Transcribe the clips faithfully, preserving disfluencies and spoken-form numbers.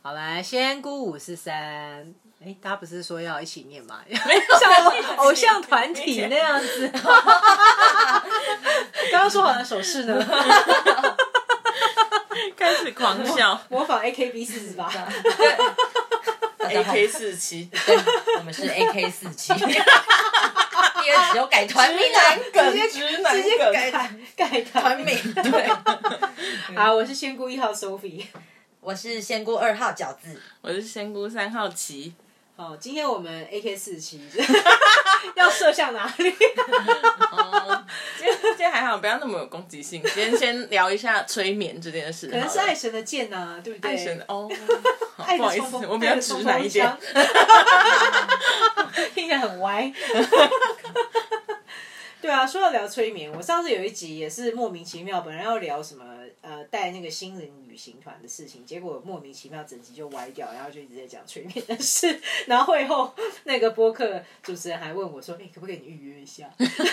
好来，仙姑五四三。哎，大家不是说要一起念吗？ 没有像偶像团体那样子。刚刚说好的手势呢？ 开始狂笑， 模仿 A K B 四十八 ，A K 四七， 对，我们是 A K 四七。第二集有改团名啊， 梗直接直男直接梗改团改团名。对， 好，我是仙姑一号 Sophie。 我是仙姑二号饺子， 我是仙姑三号棋。 好，今天我们 A K 四十七要射向哪里？ 哦，今天今天还好，不要那么有攻击性。今天先聊一下催眠这件事， 可能是爱神的箭呐、啊，对不对？ 爱神哦， 爱不好意思，我比较直男一点， 听起来很歪。对啊，说到聊催眠，我上次有一集也是莫名其妙，本来要聊什么呃带那个心灵旅行团的事情，结果莫名其妙整集就歪掉，然后就一直在讲催眠的事。然后会后那个播客主持人还问我说：“哎、欸，可不可以你预约一下？”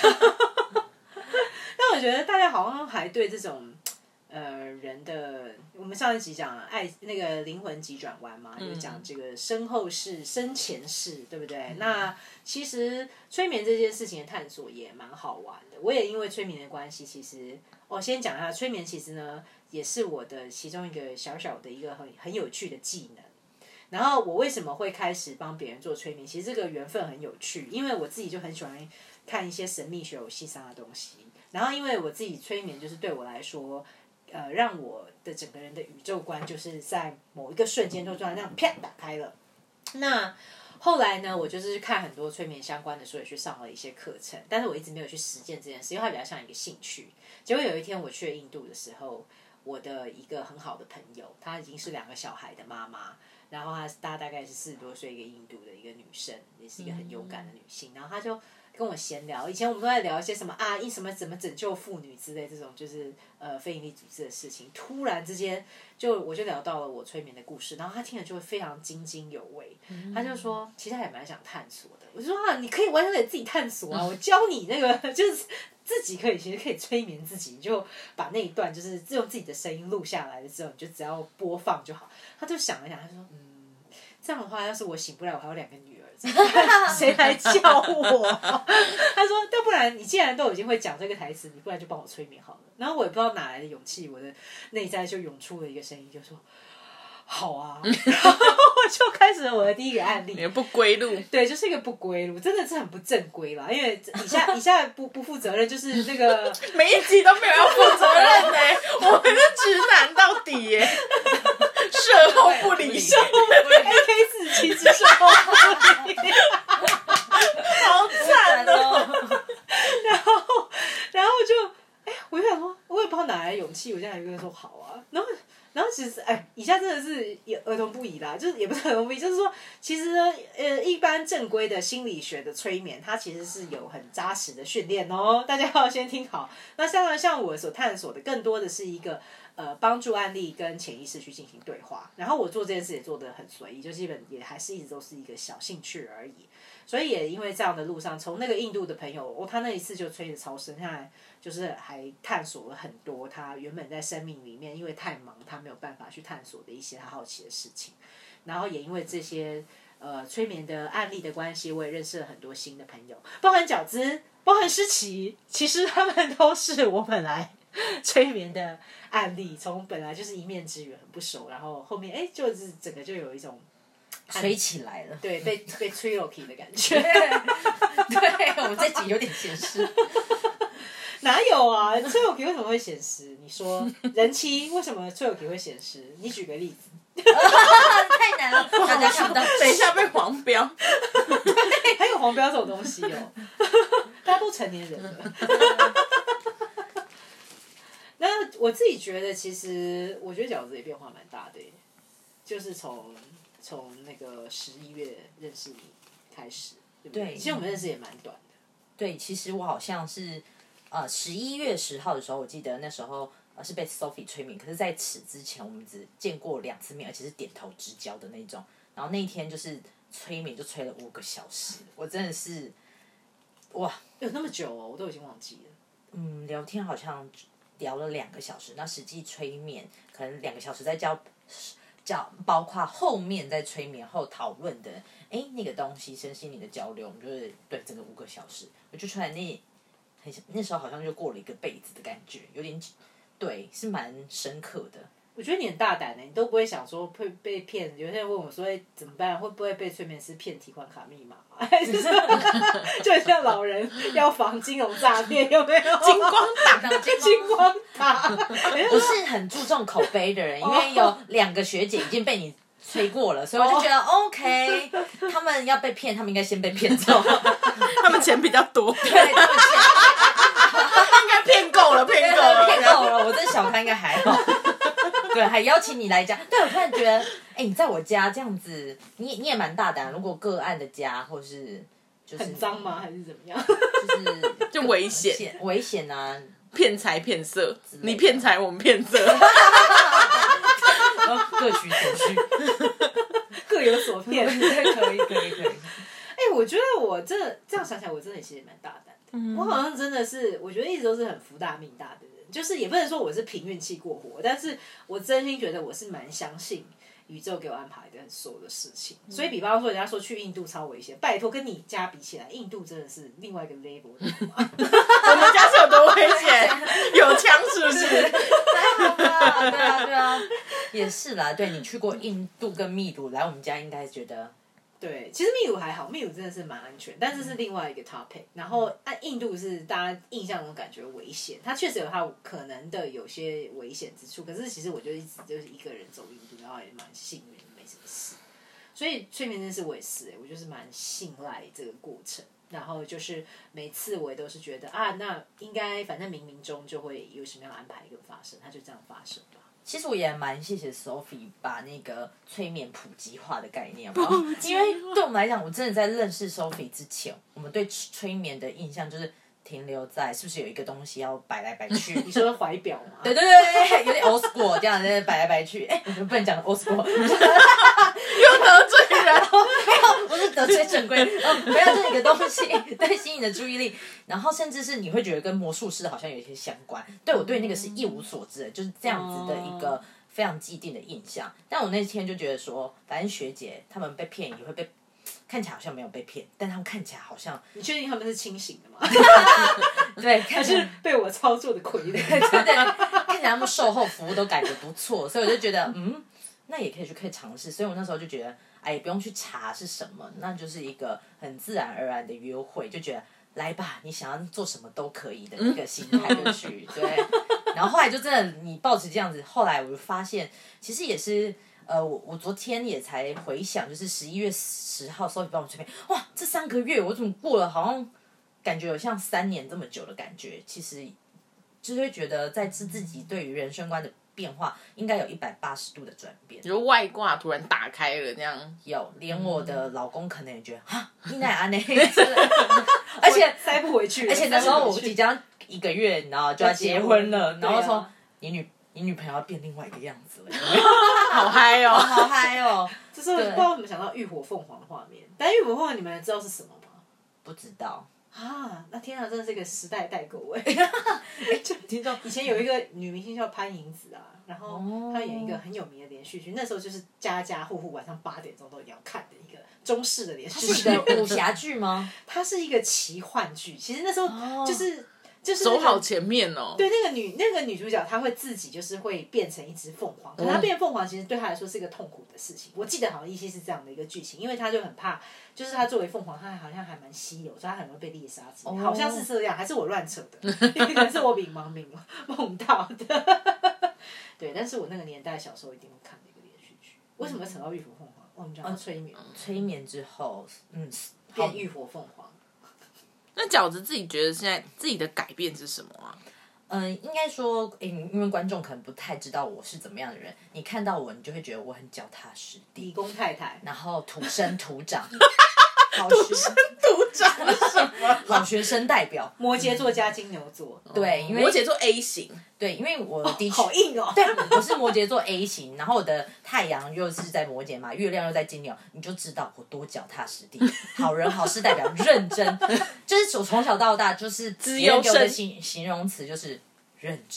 但我觉得大家好像还对这种。呃，人的我们上一集讲爱那个灵魂急转弯嘛，就是讲这个身后事、生前事，对不对？嗯、那其实催眠这件事情的探索也蛮好玩的。我也因为催眠的关系，其实我、哦、先讲一下催眠，其实呢也是我的其中一个小小的一个很很有趣的技能。然后我为什么会开始帮别人做催眠？其实这个缘分很有趣，因为我自己就很喜欢看一些神秘学有细沙的东西。然后因为我自己催眠，就是对我来说。呃，让我的整个人的宇宙观就是在某一个瞬间就突然那样啪打开了。那后来呢，我就是看很多催眠相关的书，也去上了一些课程，但是我一直没有去实践这件事，因为它比较像一个兴趣。结果有一天我去了印度的时候，我的一个很好的朋友，她已经是两个小孩的妈妈，然后她她大概是四十多岁一个印度的一个女生，也是一个很勇敢的女性，然后她就。跟我闲聊，以前我们都在聊一些什么啊，一什么怎么拯救妇女之类这种，就是呃非营利组织的事情。突然之间，就我就聊到了我催眠的故事，然后他听了就会非常津津有味。嗯、他就说，其实他也蛮想探索的。我就说啊，你可以完全可以自己探索啊，我教你那个就是自己可以，其实可以催眠自己，你就把那一段就是用自己的声音录下来的之后，你就只要播放就好。他就想了想，他就说，嗯，这样的话，要是我醒不来，我还有两个女儿。谁来教我？他说：“要不然你既然都已经会讲这个台词，你不然就帮我催眠好了。”然后我也不知道哪来的勇气，我的内在就涌出了一个声音，就说：“好啊。”然后我就开始了我的第一个案例。 你的不归路， 对，就是一个不归路，真的是很不正规啦。因为以下以下不不负责任，就是那个每一集都没有要负责任呢、欸，我们是直男到底耶、欸。售后不理，售后不理 ，A K 四十七之售后不理， 好惨哦。 然后，然后就，哎、欸，我就想说，我也不知道哪来的勇气，我现在就跟他说好啊。然后，然后其实，哎、欸，以下真的是也儿童不宜啦，就是也不是儿童不宜，就是说，其实呢，呃，一般正规的心理学的催眠，它其实是有很扎实的训练哦，大家要先听好。那当然，像我所探索的，更多的是一个。呃，帮助案例跟潜意识去进行对话，然后我做这件事也做得很随意，就基本也还是一直都是一个小兴趣而已。所以也因为这样的路上，从那个印度的朋友，哦，他那一次就催得超深，下来就是还探索了很多他原本在生命里面因为太忙，他没有办法去探索的一些他好奇的事情。然后也因为这些呃催眠的案例的关系，我也认识了很多新的朋友，包含饺子，包含诗琪，其实他们都是我本来。催眠的案例，从本来就是一面之缘，很不熟，然后后面哎，就是整个就有一种吹起来了， 对，被被吹落去的感觉。 对，我们这集有点显示。 哪有啊？吹落去为什么会显示？你说人妻为什么吹落去会显示？你举个例子。 太难了，大家看不到。 等一下被黄标。 对，还有黄标这种东西哦。大家都成年人了。那我自己觉得，其实我觉得饺子也变化蛮大的耶，就是从从那个十一月认识你开始，对不对？对，其实我们认识也蛮短的。 对，其实我好像是呃十一月十号的时候，我记得那时候呃是被 Sophie 催眠，可是在此之前我们只见过两次面，而且是点头之交的那种。然后那一天就是催眠，就催了五个小时，我真的是哇， 有那么久哦，我都已经忘记了。 嗯，聊天好像。聊了两个小时，那实际催眠可能两个小时，再教叫包括后面在催眠后讨论的，哎，那个东西身心灵的交流，我们就是对整个五个小时，我就出来那很那时候好像就过了一个辈子的感觉，有点对，是蛮深刻的。 我觉得你很大胆的、欸，你都不会想说会被骗。有些人问我说：“哎，怎么办？会不会被催眠师骗提款卡密码？”还是就很像老人要防金融诈骗，有没有？ 金光党， 金光党。 我是很注重口碑的人，因为有两个学姐已经被你催过了，所以我就觉得 OK， 他们要被骗，他们应该先被骗走， 他们钱比较多， 对，他们钱应该骗够了，骗够了， 骗够了。我这小咖应该还好。对，还邀请你来家。对，我突然觉得，哎、欸，你在我家这样子，你也你也蛮大胆。如果个案的家，或是就是很脏吗？还是怎么样？ 就是就危险， 危险啊！ 骗财骗色，你骗财，我们骗色， 各取所需， 各有所骗。 可以，可以，可以。 哎、欸，我觉得我真的这样想起来，我真的其实蛮大胆的。嗯、我好像真的是，我觉得一直都是很福大命大的人。就是也不能说我是凭运气过活，但是我真心觉得我是蛮相信宇宙给我安排的所有的事情。嗯、所以比方说人家说去印度超危险，拜托跟你家比起来，印度真的是另外一个 level 的。 我们家是有多危险？有枪是不是？ 还好吧，对啊对啊，也是啦。对，你去过印度跟秘鲁，来我们家应该觉得。 对，其实秘鲁还好，秘鲁真的是蛮安全，但是是另外一个 topic。然后按印度是大家印象中感觉危险，它确实有它可能的有些危险之处。可是其实我就一直就是一个人走印度，然后也蛮幸运的，没什么事。所以催眠这件事我也是、欸，我就是蛮信赖这个过程。然后就是每次我也都是觉得啊，那应该反正冥冥中就会有什么样的安排跟发生，它就这样发生吧。 其实我也蛮谢谢 Sophie 把那个催眠普及化的概念，因为对我们来讲，我真的在认识 Sophie 之前，我们对催眠的印象就是停留在是不是有一个东西要摆来摆去？ 你说怀表吗？ 对对对对，有点 old school 这样子摆来摆去。哎、欸，不能讲 old school， 又得罪人， 没有，不是得罪正规，哦，没有，就是一个东西对吸引你的注意力，然后甚至是你会觉得跟魔术师好像有一些相关。对我对那个是一无所知的，就是这样子的一个非常既定的印象。但我那天就觉得说，反正学姐他们被骗也会被。看起来好像没有被骗，但他们看起来好像…… 你确定他们是清醒的吗？ 对， 还是被我操作的傀儡？ 对对对，看起来他们售后服务都感觉不错，所以我就觉得，嗯，那也可以去可以尝试。所以我那时候就觉得，哎，也不用去查是什么，那就是一个很自然而然的约会，就觉得来吧，你想要做什么都可以的一个心态就去。对，然后后来就真的你抱持这样子，后来我就发现，其实也是。呃，我我昨天也才回想，就是十一月十号 Sophie 帮我催眠，哇，这三个月我怎么过了，好像感觉有像三年这么久的感觉。其实就是会觉得，在自自己对于人生观的变化，应该有一百八十度的转变。 就外挂突然打开了，这样有，连我的老公可能也觉得哈，你哪安呢？而且塞不回去， 而且那时候我即将一个月，然后就要结婚了，然后说、啊、你女。你女朋友要变另外一个样子了， 好嗨哦， 好嗨哦！ 这时候不知道怎么想到浴火凤凰的画面，但浴火凤凰你们知道是什么吗？ 不知道啊！那天啊，真的是一个时代代沟哎！就听到以前有一个女明星叫潘迎紫啊，然后她演一个很有名的连续剧，那时候就是家家户户晚上八点钟都一定要看的一个中式的连续剧。 它是一个武侠剧吗？ 它是一个奇幻剧，其实那时候就是。哦就是、 走好前面哦。 对，那个女那个女主角，她会自己就是会变成一只凤凰，可她变凤凰其实对她来说是一个痛苦的事情。我记得好像依稀是这样的一个剧情，因为她就很怕，就是她作为凤凰，她好像还蛮稀有，所以她很容易被猎杀之类的，好像是这样，还是我乱扯的，可能是我冥冥冥梦到的。对，但是我那个年代小时候一定会看的一个连续剧。为什么扯到浴火凤凰？我们讲到催眠、嗯， 催眠之后，嗯， 变浴火凤凰。 那饺子自己觉得现在自己的改变是什么啊？ 嗯，应该说，因为观众可能不太知道我是怎么样的人，你看到我，你就会觉得我很脚踏实地， 理工太太， 然后土生土长， 土生土长是什么？ 老学生代表， 摩羯座加金牛座， 对，因为摩羯座 A 型， 对，因为我的确、 哦、好硬哦， 对，我是摩羯座 A 型，然后我的太阳又是在摩羯嘛，月亮又在金牛，你就知道我多脚踏实地，好人好事代表，认真，就是我从小到大就是只有给我的形形容词就是认真。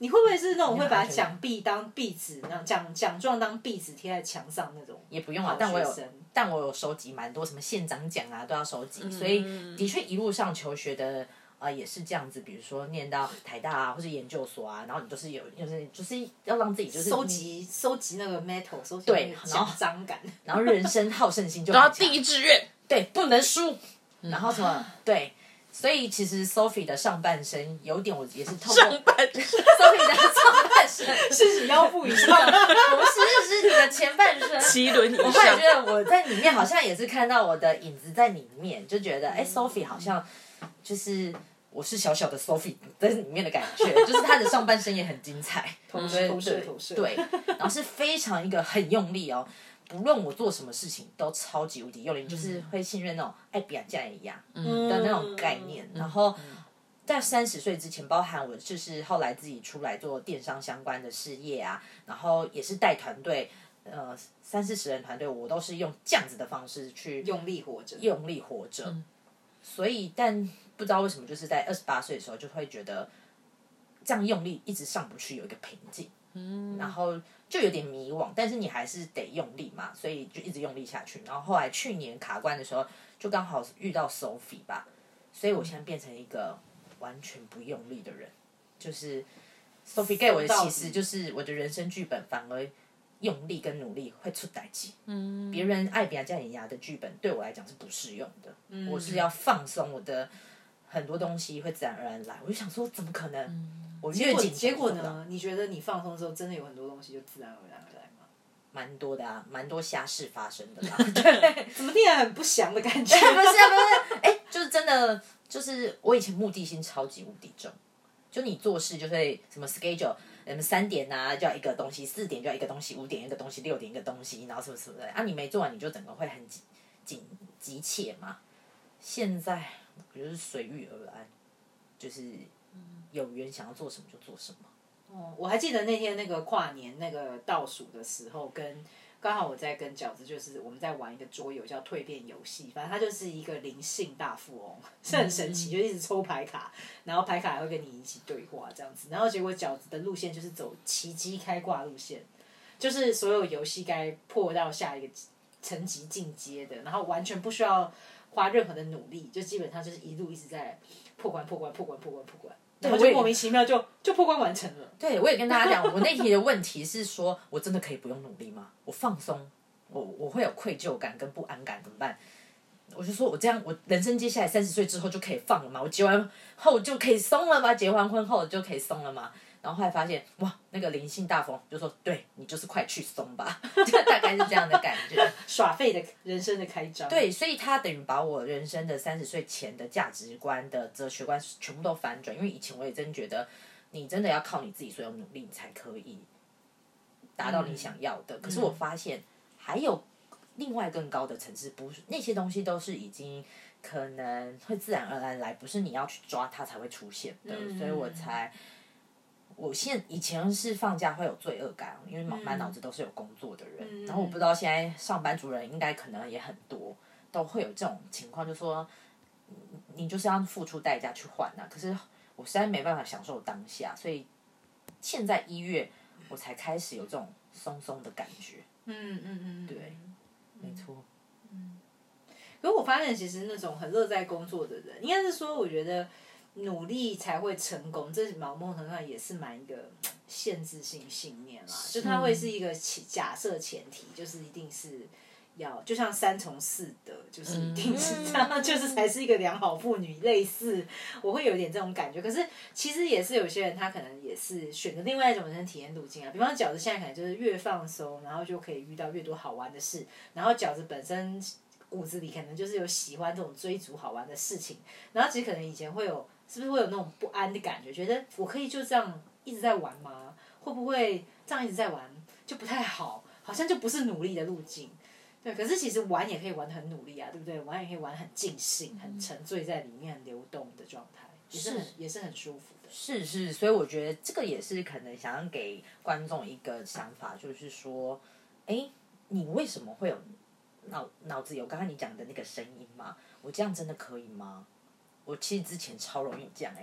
你会不会是那种会把没有安全感奖币当壁纸，那奖奖状当壁纸贴在墙上那种？ 也不用啊，但我有好学生但我有收集蛮多什么县长奖啊，都要收集， 嗯所以的确一路上求学的。呃，也是这样子，比如说念到台大啊，或是研究所啊，然后你都是有，就是就是要让自己就是收集收集那个 metal，收集对那个奖章感。 然后人生好胜心就然后很强第一志愿， 对，不能输，然后什么对，所以其实 Sophie 的上半身有点，我也是透过上半 Sophie 的上半身， 是指腰部以上， 不是是你的前半身。 七轮以我后来上觉，得我在里面好像也是看到我的影子在里面，就觉得哎、Sophie 好像就是我是小小的 Sophie 在里面的感觉，就是她的上半身也很精彩， 投对投射对投射。 对，然后是非常一个很用力哦，不论我做什么事情都超级无敌用力，就是会信任那种爱比亚加一样的那种概念。然后在三十岁之前，包含我就是后来自己出来做电商相关的事业啊，然后也是带团队，呃，三四十人团队，我都是用这样子的方式去用力活着。 用力活着。所以，但不知道为什么，就是在二十八岁的时候，就会觉得这样用力一直上不去，有一个瓶颈。嗯，然后就有点迷惘，但是你还是得用力嘛，所以就一直用力下去。然后后来去年卡关的时候，就刚好遇到 Sophie 吧，所以我现在变成一个完全不用力的人，就是 Sophie 给我的启示就是我的人生剧本反而用力跟努力会出代志。嗯，别人爱比亚加眼牙的剧本对我来讲是不适用的， 嗯我是要放松我的很多东西会自然而然来。我就想说，怎么可能？ 嗯我越紧结果做不到呢？你觉得你放松之后，真的有很多东西就自然而然而来吗？ 蛮多的啊，蛮多瞎事发生的啦。 对，怎么听起来很不祥的感觉？ 不是啊，不是，哎、就是真的，就是我以前目的性超级无敌重，就你做事就会什么 schedule，什么三点啊就要一个东西，四点就要一个东西，五点一个东西，六点一个东西，然后什么什么的啊，你没做完你就整个会很急紧急切嘛。现在我就是随遇而安，就是有缘想要做什么就做什么。 哦，我还记得那天那个跨年那个倒数的时候，跟刚好我在跟饺子，就是我们在玩一个桌游叫蜕变游戏，反正它就是一个灵性大富翁，是很神奇，就一直抽牌卡，然后牌卡还会跟你一起对话这样子，然后结果饺子的路线就是走奇迹开挂路线，就是所有游戏该破到下一个层级进阶的，然后完全不需要花任何的努力，就基本上就是一路一直在破关破关破关破关破关。然后就莫名其妙就就破关完成了。 对，我也跟大家讲，我那题的问题是说，我真的可以不用努力吗？我放松，我我会有愧疚感跟不安感怎么办？我就说我这样，我人生接下来三十岁之后就可以放了吗？我结完后就可以松了吗？结完婚后就可以松了吗？然后后来发现，哇，那个灵性大风就说，对你就是快去松吧，就大概是这样的感觉。 耍废的人生的开张。 对，所以他等于把我人生的三十岁前的价值观的哲学观全部都反转。因为以前我也真觉得，你真的要靠你自己所有努力，你才可以达到你想要的。嗯、可是我发现还有另外更高的层次，不是那些东西都是已经可能会自然而然来，不是你要去抓它才会出现的。嗯、所以我才。我现以前是放假会有罪恶感，因为满脑子都是有工作的人，嗯、然后我不知道现在上班族人应该可能也很多，都会有这种情况，就说你就是要付出代价去换啊。可是我实在没办法享受当下，所以现在一月我才开始有这种松松的感觉。 嗯嗯嗯， 对，没错。 嗯，可是我发现其实那种很乐在工作的人，应该是说我觉得。努力才会成功，这某某种程度上也是蛮一个限制性信念啦。就它会是一个假设前提，就是一定是要，就像三从四德，就是一定是这样，嗯、就是才是一个良好妇女。类似，我会有点这种感觉。可是其实也是有些人，他可能也是选择另外一种人生体验路径啊。比方饺子现在可能就是越放松，然后就可以遇到越多好玩的事。然后饺子本身骨子里可能就是有喜欢这种追逐好玩的事情，然后其实可能以前会有。是不是会有那种不安的感觉？觉得我可以就这样一直在玩吗？会不会这样一直在玩就不太好？好像就不是努力的路径。对，可是其实玩也可以玩得很努力啊，对不对？玩也可以玩很尽兴、很沉醉在里面、很流动的状态，也是很也是很舒服的。 是是，所以我觉得这个也是可能想要给观众一个想法，就是说，哎，你为什么会有脑脑子有刚刚你讲的那个声音吗？我这样真的可以吗？我其实之前超容易这样哎、欸，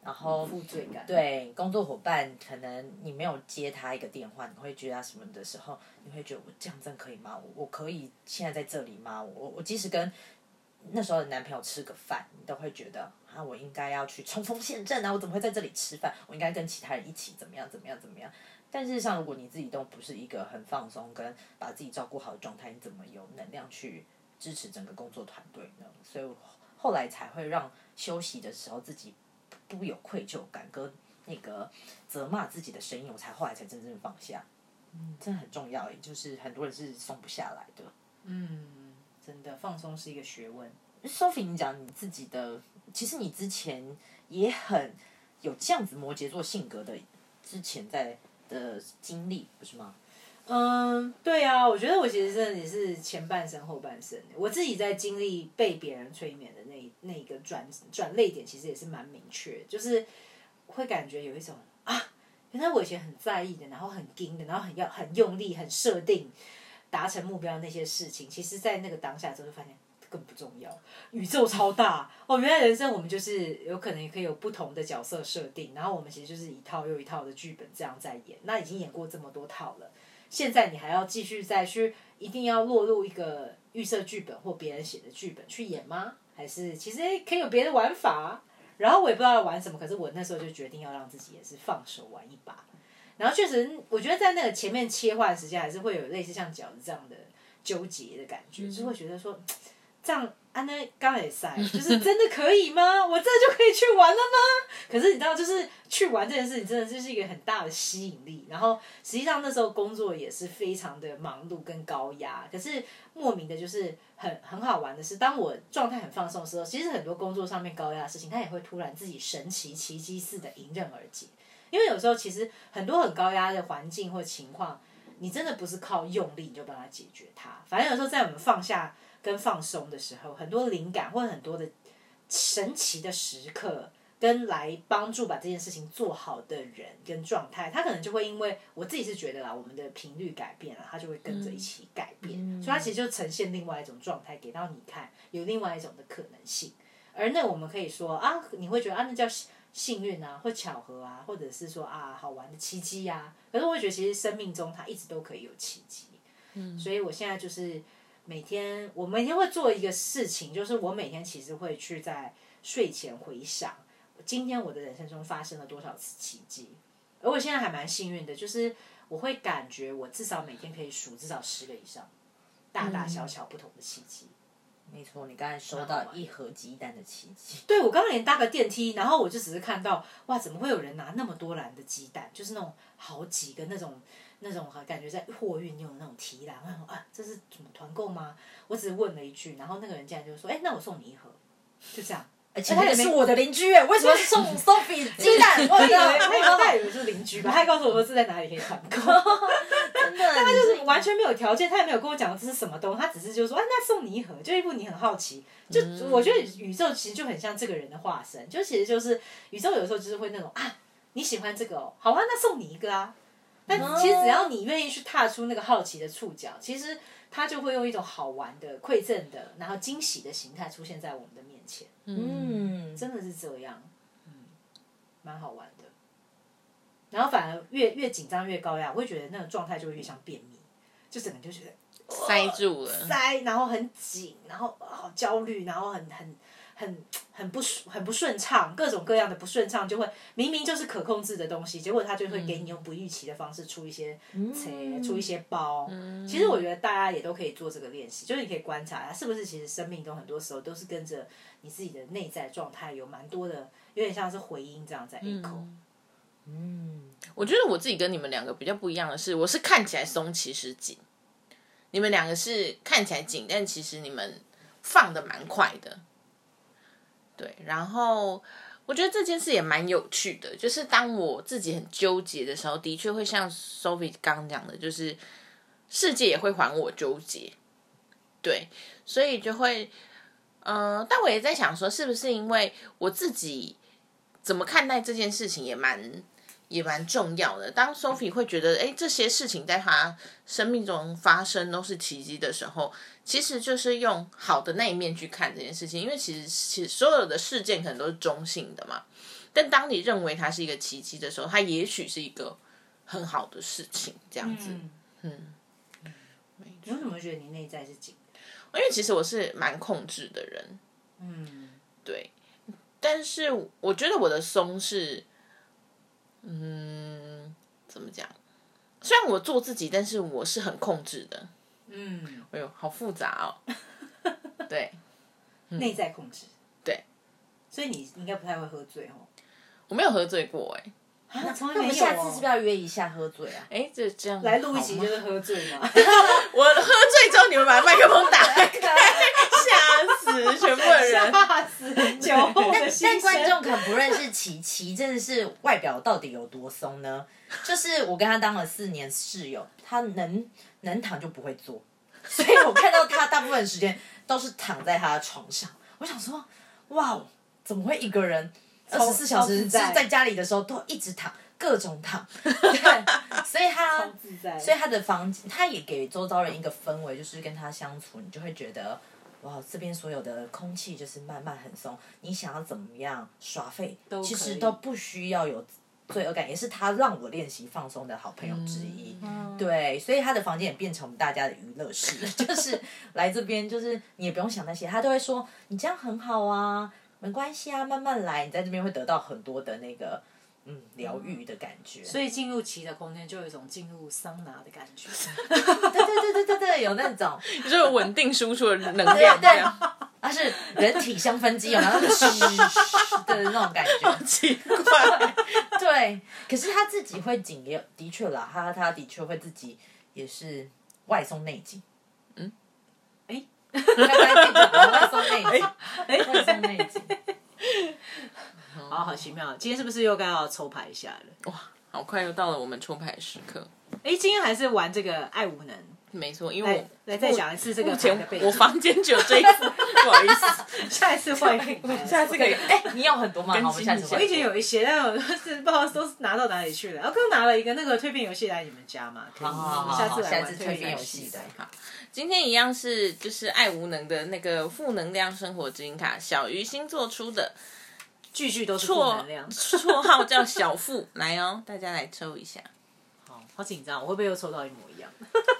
然后负罪感。 对，工作伙伴可能你没有接他一个电话，你会接他什么的时候，你会觉得我这样真可以吗？我我可以现在在这里吗？我我即使跟那时候的男朋友吃个饭，你都会觉得啊，我应该要去冲锋陷阵啊！我怎么会在这里吃饭？我应该跟其他人一起怎么样怎么样怎么样？但事实上，如果你自己都不是一个很放松跟把自己照顾好的状态，你怎么有能量去支持整个工作团队呢？所以我后来才会让休息的时候自己不有愧疚感跟那个责骂自己的声音，我才后来才真正放下。嗯，真的很重要，也就是很多人是松不下来的。 嗯，真的放松是一个学问。 Sophie， 你讲你自己的，其实你之前也很有这样子摩羯座性格的，之前在的经历，不是吗？ 嗯，对啊，我觉得我其实真的也是前半生后半生。我自己在经历被别人催眠的那那一个转转捩点，其实也是蛮明确，就是会感觉有一种啊，原来我以前很在意的，然后很盯的，然后很要很用力、很设定达成目标那些事情，其实在那个当下之后就发现更不重要。宇宙超大哦，原来人生我们就是有可能也可以有不同的角色设定，然后我们其实就是一套又一套的剧本这样在演，那已经演过这么多套了。现在你还要继续再去，一定要落入一个预设剧本或别人写的剧本去演吗？还是其实可以有别的玩法？然后我也不知道要玩什么，可是我那时候就决定要让自己也是放手玩一把。然后确实，我觉得在那个前面切换时间，还是会有类似像饺子这样的纠结的感觉，嗯、就会觉得说，这样啊，那刚也塞，就是真的可以吗？我这就可以去玩了吗？可是你知道，就是去玩这件事情，真的就是一个很大的吸引力。然后实际上那时候工作也是非常的忙碌跟高压，可是莫名的就是很很好玩的是，当我状态很放松的时候，其实很多工作上面高压的事情，它也会突然自己神奇奇迹似的迎刃而解。因为有时候其实很多很高压的环境或情况，你真的不是靠用力你就帮它解决它。反正有时候在我们放下跟放松的时候，很多灵感或者很多的神奇的时刻，跟来帮助把这件事情做好的人跟状态，他可能就会因为我自己是觉得啦，我们的频率改变了，他就会跟着一起改变，嗯、所以它其实就呈现另外一种状态给到你看，有另外一种的可能性。而那我们可以说啊，你会觉得啊，那叫幸运啊，或巧合啊，或者是说啊好玩的奇迹啊。可是我会觉得，其实生命中它一直都可以有奇迹。嗯，所以我现在就是每天，我每天会做一个事情，就是我每天其实会去在睡前回想，今天我的人生中发生了多少次奇迹。而我现在还蛮幸运的，就是我会感觉我至少每天可以数至少十个以上，大大小小不同的奇迹。 没错，你刚才收到一盒鸡蛋的奇迹。 对，我刚刚连搭个电梯，然后我就只是看到，哇，怎么会有人拿那么多篮的鸡蛋？就是那种好几个那种那种感觉在货运用的那种提篮，啊，这是什么团购吗？我只是问了一句，然后那个人竟然就说，哎，那我送你一盒，就这样。 而且他也是我的邻居耶，为什么送 Sophie 鸡蛋？ 我以为他以为他以为是邻居吧，他还告诉我说是在哪里可以团购。 真的， 但他就是完全没有条件，他也没有跟我讲这是什么东西，他只是就说，哎，那送你一盒，就一副你很好奇。就我觉得宇宙其实就很像这个人的化身，就其实就是宇宙有时候就是会那种啊，你喜欢这个哦，好啊，那送你一个啊。但其实只要你愿意去踏出那个好奇的触角，其实他就会用一种好玩的、馈赠的，然后惊喜的形态出现在我们的面前。嗯，真的是这样，嗯，蛮好玩的。然后反而越越紧张越高压，我会觉得那个状态就会越像便秘，就整个就觉得塞住了， 塞，然后很紧，然后好焦虑，然后很很很很不很不顺畅，各种各样的不顺畅，就会明明就是可控制的东西，结果它就会给你用不预期的方式出一些切、嗯、出一些包、嗯。其实我觉得大家也都可以做这个练习，就是你可以观察是不是其实生命中很多时候都是跟着你自己的内在状态有蛮多的，有点像是回音这样在 echo。嗯嗯，我觉得我自己跟你们两个比较不一样的是，我是看起来松，其实紧。你们两个是看起来紧，但其实你们放的蛮快的。对，然后我觉得这件事也蛮有趣的，就是当我自己很纠结的时候，的确会像 Sophie 刚刚讲的，就是世界也会还我纠结。对，所以就会，嗯、呃，但我也在想说，是不是因为我自己怎么看待这件事情也蛮。也蛮重要的。当 Sophie 会觉得，哎，这些事情在她生命中发生都是奇迹的时候，其实就是用好的那一面去看这件事情。因为其实其实所有的事件可能都是中性的嘛， 但当你认为它是一个奇迹的时候，它也许是一个很好的事情，这样子。嗯， 嗯你为什么觉得你内在是紧的？ 因为其实我是蛮控制的人， 嗯， 对。但是我觉得我的松是，嗯，怎么讲？虽然我做自己，但是我是很控制的。 嗯， 哎呦，好复杂哦。对， 内在控制。 对， 所以你应该不太会喝醉哦。 我没有喝醉过哎、 啊，从来那我没有、哦。 们下次是不是要约一下喝醉啊？ 哎，这这样来录一集好吗就是喝醉嘛？ 我喝醉之后，你们把麦克风打开，吓死全部的人。 吓死！酒后的心但观声。 众可能不认识琪琪，真的是外表到底有多松呢？就是我跟他当了四年室友，他能能躺就不会坐，所以我看到他大部分时间都是躺在他的床上。我想说，哇，怎么会一个人二十四小时是在家里的时候都一直躺，各种躺？对，所以他超自在所以他的房间，他也给周遭人一个氛围，就是跟他相处，你就会觉得。哇，这边所有的空气就是慢慢很松，你想要怎么样耍废，其实都不需要有罪恶感，也是他让我练习放松的好朋友之一。 嗯、 对，所以他的房间也变成我们大家的娱乐室，就是来这边，就是你也不用想那些，他都会说你这样很好啊，没关系啊，慢慢来，你在这边会得到很多的那个。嗯，疗愈的感觉， 所以进入奇的空间就有一种进入桑拿的感觉。 对对对对对对，有那种， 就是稳定输出的能量，这样。 它是人体香氛机，有那种嘘的那种感觉， 奇怪。 对，可是他自己会紧，也的确啦，他他的确会自己也是外松内紧。 嗯， 哎， 外松内紧，哎，外松内紧。 好好奇妙，今天是不是又该要抽牌一下了？ 哇，好快又到了我们抽牌的时刻。 哎，今天还是玩这个爱无能。 没错，因为我来再讲一次这个牌的背景。 我房间只有这一副，不好意思， 下一次换一个， 下次可以。 哎，你有很多吗？好，我们下次换。 我以前有一些，但我是不知道都拿到哪里去了。然后刚拿了一个那个蜕变游戏来你们家嘛，可以， 好， 下次来玩蜕变游戏的。 好，今天一样是就是爱无能的那个负能量生活指引卡，小鱼星做出的。 句句都是负能量， 绰号叫小富，来哦，大家来抽一下。 好，好紧张，我会不会又抽到一模一样？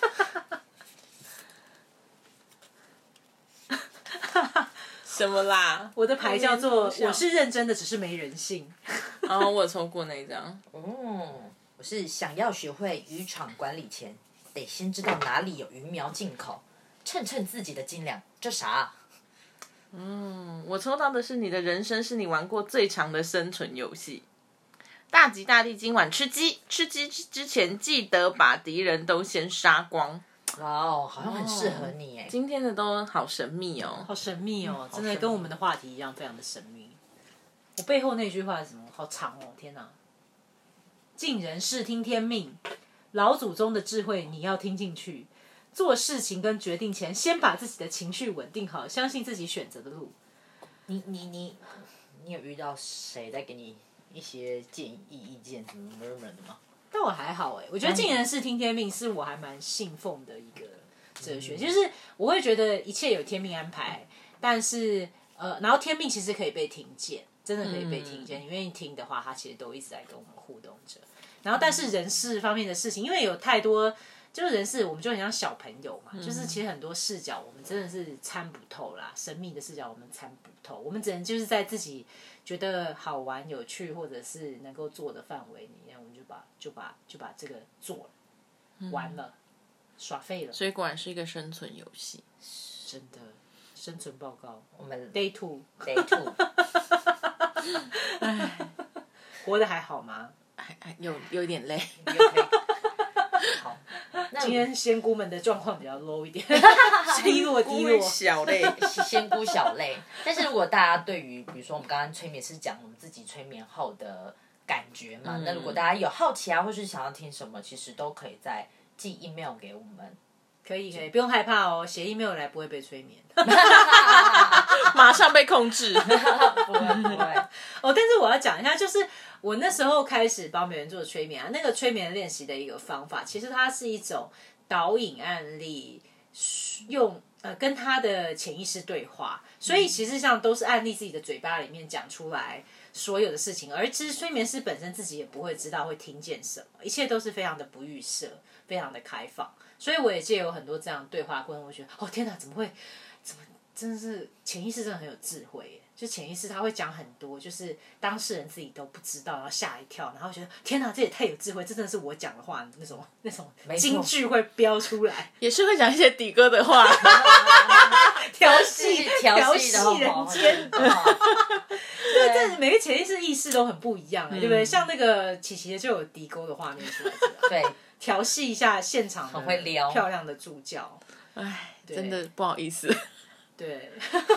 什么啦？ 我的牌叫做“我是认真的，只是没人性”。 哦，我有抽过那一张。 哦，我是想要学会渔场管理前，得先知道哪里有鱼苗进口，称称自己的斤两。这啥？ 嗯，我抽到的是你的人生是你玩过最长的生存游戏。大吉大利，今晚吃鸡。吃鸡之前记得把敌人都先杀光。 哇哦，好像很适合你哎。 今天的都好神秘哦， 好神秘哦，真的跟我们的话题一样，非常的神秘。我背后那句话是什么？好长哦，天哪！尽人事，听天命。老祖宗的智慧你要听进去。做事情跟决定前，先把自己的情绪稳定好，相信自己选择的路。 你你你，你有遇到谁在给你一些建议、意见什么 murmur 的吗？ 但我还好哎，我觉得尽人事听天命是我还蛮信奉的一个哲学，就是我会觉得一切有天命安排，但是呃，然后天命其实可以被听见，真的可以被听见。你愿意听的话，它其实都一直在跟我们互动着。然后，但是人事方面的事情，因为有太多。就是人事，我们就很像小朋友嘛，嗯、就是其实很多视角我们真的是参不透啦，神秘的视角我们参不透，我们只能就是在自己觉得好玩、有趣或者是能够做的范围里面，我们就把就把就把这个做了，嗯、完了，耍废了。 所以果然是一个生存游戏， 真的生存报告。 我们 day two day two， 唉，活得还好吗？ 还还有有一点累。 好， 今天仙姑们的状况比较 low 一点，低落低落， 小累， 仙姑小累。但是如果大家对于，比如说我们刚刚催眠是讲我们自己催眠后的感觉嘛，嗯、那如果大家有好奇啊，或是想要听什么，其实都可以再寄 email 给我们。 可以可以，不用害怕哦，写 email 来不会被催眠， 马上被控制。 不会不会哦，但是我要讲一下，就是我那时候开始帮别人做催眠啊，那个催眠练习的一个方法，其实它是一种导引案例，用呃跟他的潜意识对话，所以其实像都是案例自己的嘴巴里面讲出来， 所有的事情，而其实催眠师本身自己也不会知道会听见什么，一切都是非常的不预设，非常的开放。所以我也借有很多这样对话过程，我觉得哦天哪，怎么会，怎么真的是潜意识真的很有智慧耶。就潜意识他会讲很多，就是当事人自己都不知道，然后吓一跳，然后觉得天哪，这也太有智慧，这真的是我讲的话，那种那种金句会飙出来， 也是会讲一些底哥的话， 调戏调戏人间。对，但每个潜意识意识都很不一样，嗯、对不对？像那个琪琪的就有迪沟的画面出来， 对， 调戏一下现场很会撩漂亮的助教。 哎，真的不好意思。 对。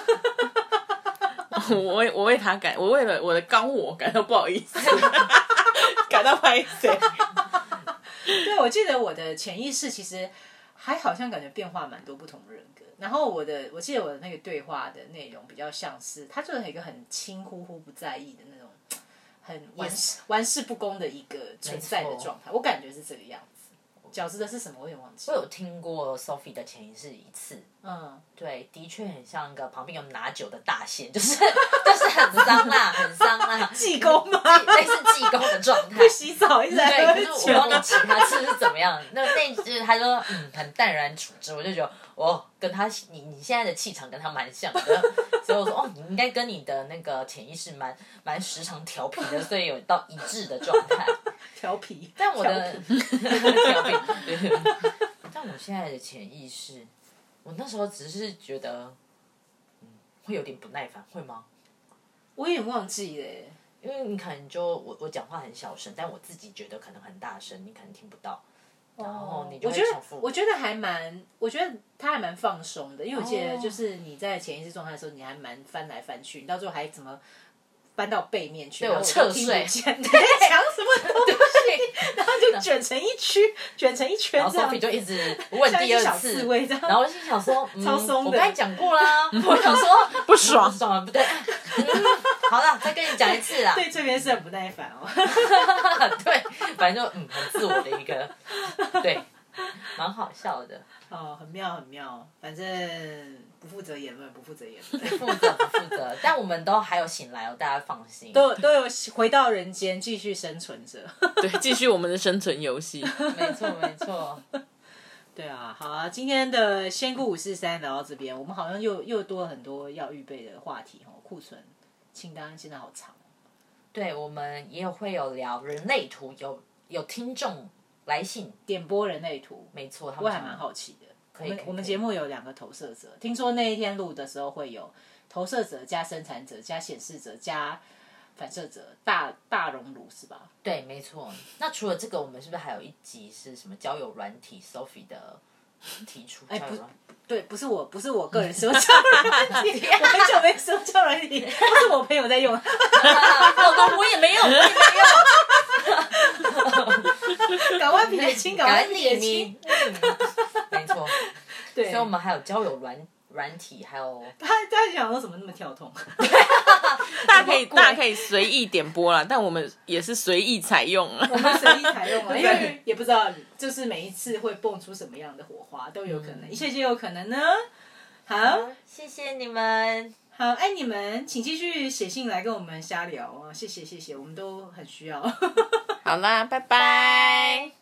我为我为他感，我为了我的高我感到不好意思，感到拍谁？ 对，我记得我的潜意识其实还好像感觉变化蛮多不同的人格。然后我的，我记得我的那个对话的内容比较像是，他就是一个很轻忽忽不在意的那种，很玩世玩世不恭的一个存在的状态。我感觉是这个样子。饺子的是什么？我有点忘记。 我有听过 Sophie 的潜意识一次， 嗯， 对，的确很像一个旁边有拿酒的大仙，就是就是很脏啦，很脏啦， 济公吗？ 类似济公的状态， 不洗澡一直在喝对， 酒。 可是我忘记其他次是怎么样。那那就是他说嗯很淡然处之，我就觉得哦跟他你你现在的气场跟他蛮像的，所以我说哦你应该跟你的那个潜意识蛮蛮时常调皮的，所以有到一致的状态。 调皮， 但我的调皮，但我现在的潜意识，我那时候只是觉得，嗯，会有点不耐烦，会吗？ 我有点忘记了， 因为你可能就我我讲话很小声，但我自己觉得可能很大声，你可能听不到，然后你就会重复。 我觉得还蛮，我觉得他还蛮放松的，因为我记得就是你在潜意识状态的时候，你还蛮翻来翻去，你到最后还怎么？搬到背面去， 对我侧睡， 你在讲什么东西，然后就卷成一区，卷成一圈， 然后 Sophie 就一直问第二次，然后我心想说， 超松的， 我刚才讲过啦，我想说不爽， 不爽，不对，好了，再跟你讲一次啦。 对这边是很不耐烦哦， 对，反正就嗯很自我的一个，对，蛮好笑的。 哦，很妙很妙，反正不负责言论，不负责言论， 不负责不负责，但我们都还有醒来哦，大家放心， 都都有回到人间，继续生存着， 对，继续我们的生存游戏， 没错没错， 对啊，好啊，今天的仙姑五四三聊到这边，我们好像又又多了很多要预备的话题哦，库存清单现在好长， 对，我们也有会有聊人类图，有有听众。来信点播人类图， 没错， 我还蛮好奇的。 可以， 我们我们节目有两个投射者，听说那一天录的时候会有投射者加生产者加显示者加反射者，大大熔炉是吧？ 对，没错。那除了这个，我们是不是还有一集是什么交友软体 Sophie 的提出？哎， 不，对，不是我，不是我个人收交友软体，我很久没收交友软体，都是我朋友在用。 老公，我也没有，我也没有。 赶快撇清，赶快撇清。 没错， 对， 所以我们还有交友软软体，还有他他想说怎么那么跳痛？ 大家可以大家可以随意点播啦，但我们也是随意采用啊。 我们随意采用啊，因为也不知道就是每一次会蹦出什么样的火花，都有可能，一切皆有可能呢。好， 谢谢你们。 好，爱你们，请继续写信来跟我们瞎聊啊！谢谢谢谢，我们都很需要。 好啦，拜拜。